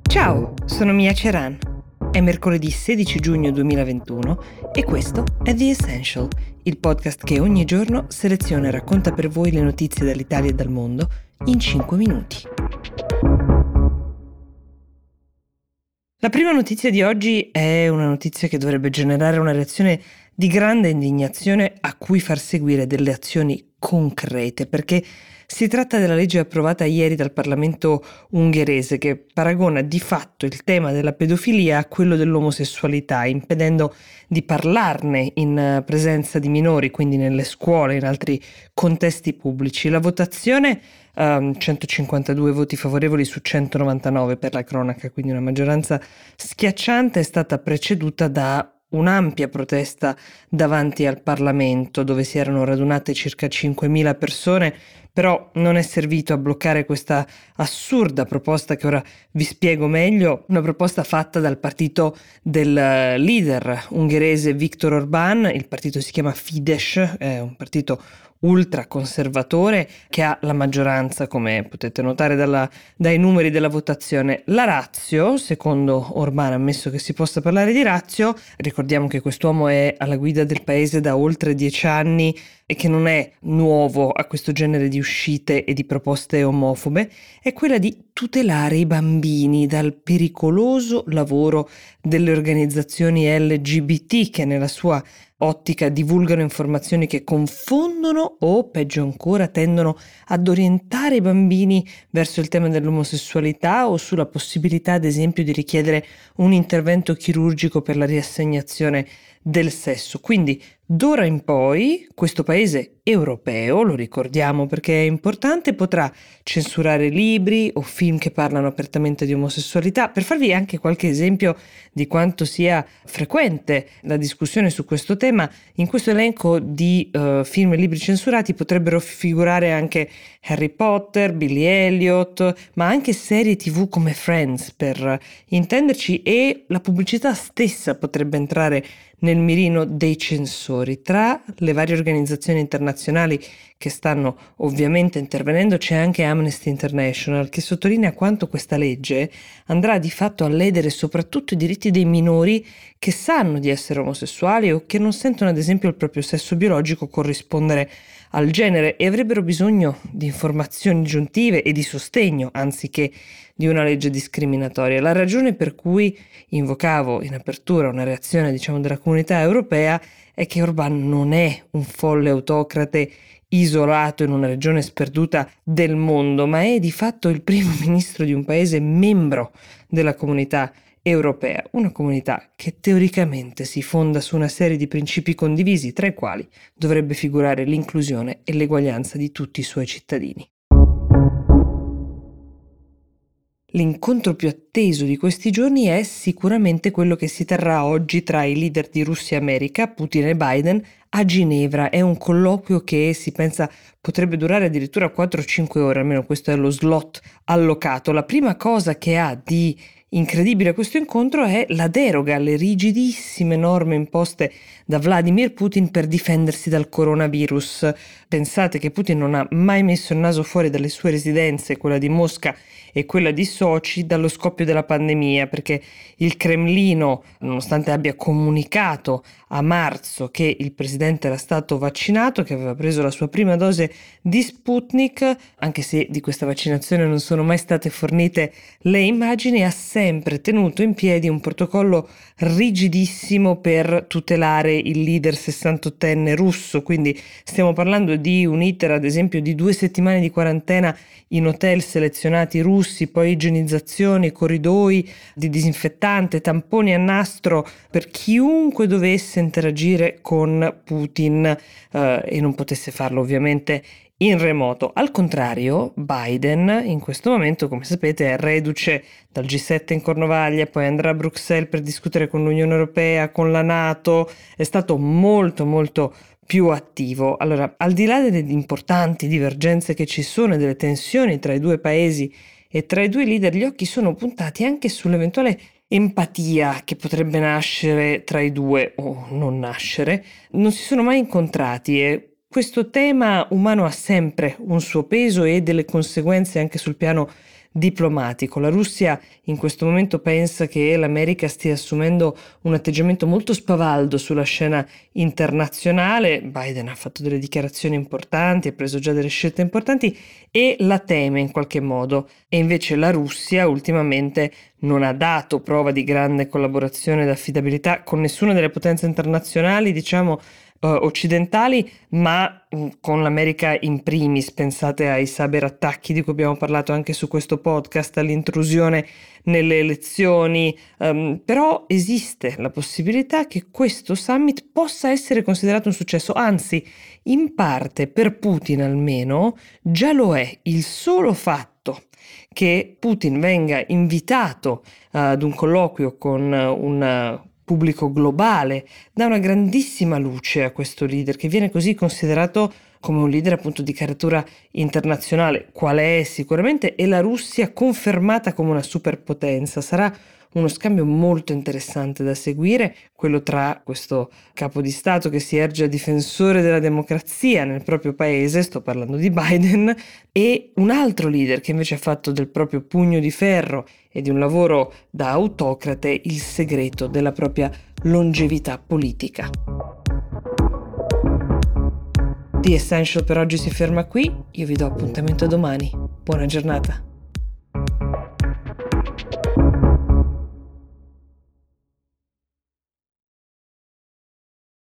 Ciao, sono Mia Ceran. È mercoledì 16 giugno 2021 e questo è The Essential, il podcast che ogni giorno seleziona e racconta per voi le notizie dall'Italia e dal mondo in 5 minuti. La prima notizia di oggi è una notizia che dovrebbe generare una reazione di grande indignazione a cui far seguire delle azioni concrete, perché si tratta della legge approvata ieri dal Parlamento ungherese che paragona di fatto il tema della pedofilia a quello dell'omosessualità, impedendo di parlarne in presenza di minori, quindi nelle scuole e in altri contesti pubblici. La votazione 152 voti favorevoli su 199 per la cronaca, quindi una maggioranza schiacciante, è stata preceduta da un'ampia protesta davanti al Parlamento, dove si erano radunate circa 5.000 persone, però non è servito a bloccare questa assurda proposta che ora vi spiego meglio, una proposta fatta dal partito del leader ungherese Viktor Orbán. Il partito si chiama Fidesz, è un partito ultraconservatore che ha la maggioranza, come potete notare dai numeri della votazione. La ratio, secondo Orbán, ammesso che si possa parlare di ratio, ricordiamo che quest'uomo è alla guida del paese da oltre 10 anni e che non è nuovo a questo genere di uscite e di proposte omofobe, è quella di tutelare i bambini dal pericoloso lavoro delle organizzazioni LGBT che nella sua ottica divulgano informazioni che confondono o, peggio ancora, tendono ad orientare i bambini verso il tema dell'omosessualità o sulla possibilità, ad esempio, di richiedere un intervento chirurgico per la riassegnazione del sesso. Quindi d'ora in poi questo paese europeo, lo ricordiamo perché è importante, potrà censurare libri o film che parlano apertamente di omosessualità. Per farvi anche qualche esempio di quanto sia frequente la discussione su questo tema, in questo elenco di film e libri censurati potrebbero figurare anche Harry Potter, Billy Elliot, ma anche serie TV come Friends, per intenderci, e la pubblicità stessa potrebbe entrare nel mirino dei censori. Tra le varie organizzazioni internazionali che stanno ovviamente intervenendo c'è anche Amnesty International, che sottolinea quanto questa legge andrà di fatto a ledere soprattutto i diritti dei minori che sanno di essere omosessuali o che non sentono ad esempio il proprio sesso biologico corrispondere al genere e avrebbero bisogno di informazioni aggiuntive e di sostegno anziché di una legge discriminatoria. La ragione per cui invocavo in apertura una reazione, della comunità europea è che Orbán non è un folle autocrate isolato in una regione sperduta del mondo, ma è di fatto il primo ministro di un paese membro della comunità europea, una comunità che teoricamente si fonda su una serie di principi condivisi, tra i quali dovrebbe figurare l'inclusione e l'eguaglianza di tutti i suoi cittadini. L'incontro più atteso di questi giorni è sicuramente quello che si terrà oggi tra i leader di Russia e America, Putin e Biden, a Ginevra. È un colloquio che si pensa potrebbe durare addirittura 4-5 ore, almeno questo è lo slot allocato. La prima cosa che ha di incredibile questo incontro è la deroga alle rigidissime norme imposte da Vladimir Putin per difendersi dal coronavirus. Pensate che Putin non ha mai messo il naso fuori dalle sue residenze, quella di Mosca e quella di Sochi, dallo scoppio della pandemia, perché il Cremlino, nonostante abbia comunicato a marzo che il presidente era stato vaccinato, che aveva preso la sua prima dose di Sputnik, anche se di questa vaccinazione non sono mai state fornite le immagini, ha sempre tenuto in piedi un protocollo rigidissimo per tutelare il leader 68enne russo. Quindi stiamo parlando di un iter, ad esempio, di 2 settimane di quarantena in hotel selezionati russi, poi igienizzazioni, corridoi di disinfettante, tamponi a nastro per chiunque dovesse interagire con Putin e non potesse farlo ovviamente in remoto. Al contrario, Biden in questo momento, come sapete, è reduce dal G7 in Cornovaglia, poi andrà a Bruxelles per discutere con l'Unione Europea, con la NATO, è stato molto più attivo. Allora, al di là delle importanti divergenze che ci sono e delle tensioni tra i due paesi e tra i due leader, gli occhi sono puntati anche sull'eventuale empatia che potrebbe nascere tra i due o non nascere. Non si sono mai incontrati e Questo tema umano ha sempre un suo peso e delle conseguenze anche sul piano diplomatico. La Russia in questo momento pensa che l'America stia assumendo un atteggiamento molto spavaldo sulla scena internazionale. Biden ha fatto delle dichiarazioni importanti, ha preso già delle scelte importanti e la teme in qualche modo. E invece la Russia ultimamente non ha dato prova di grande collaborazione ed affidabilità con nessuna delle potenze internazionali, diciamo, occidentali, ma con l'America in primis. Pensate ai cyberattacchi di cui abbiamo parlato anche su questo podcast, all'intrusione nelle elezioni, però esiste la possibilità che questo summit possa essere considerato un successo, anzi, in parte per Putin almeno già lo è. Il solo fatto che Putin venga invitato ad un colloquio con un pubblico globale dà una grandissima luce a questo leader, che viene così considerato come un leader appunto di caratura internazionale, qual è sicuramente, e la Russia confermata come una superpotenza. Sarà uno scambio molto interessante da seguire, quello tra questo capo di Stato che si erge a difensore della democrazia nel proprio paese, sto parlando di Biden, e un altro leader che invece ha fatto del proprio pugno di ferro e di un lavoro da autocrate il segreto della propria longevità politica. The Essential per oggi si ferma qui, io vi do appuntamento domani. Buona giornata.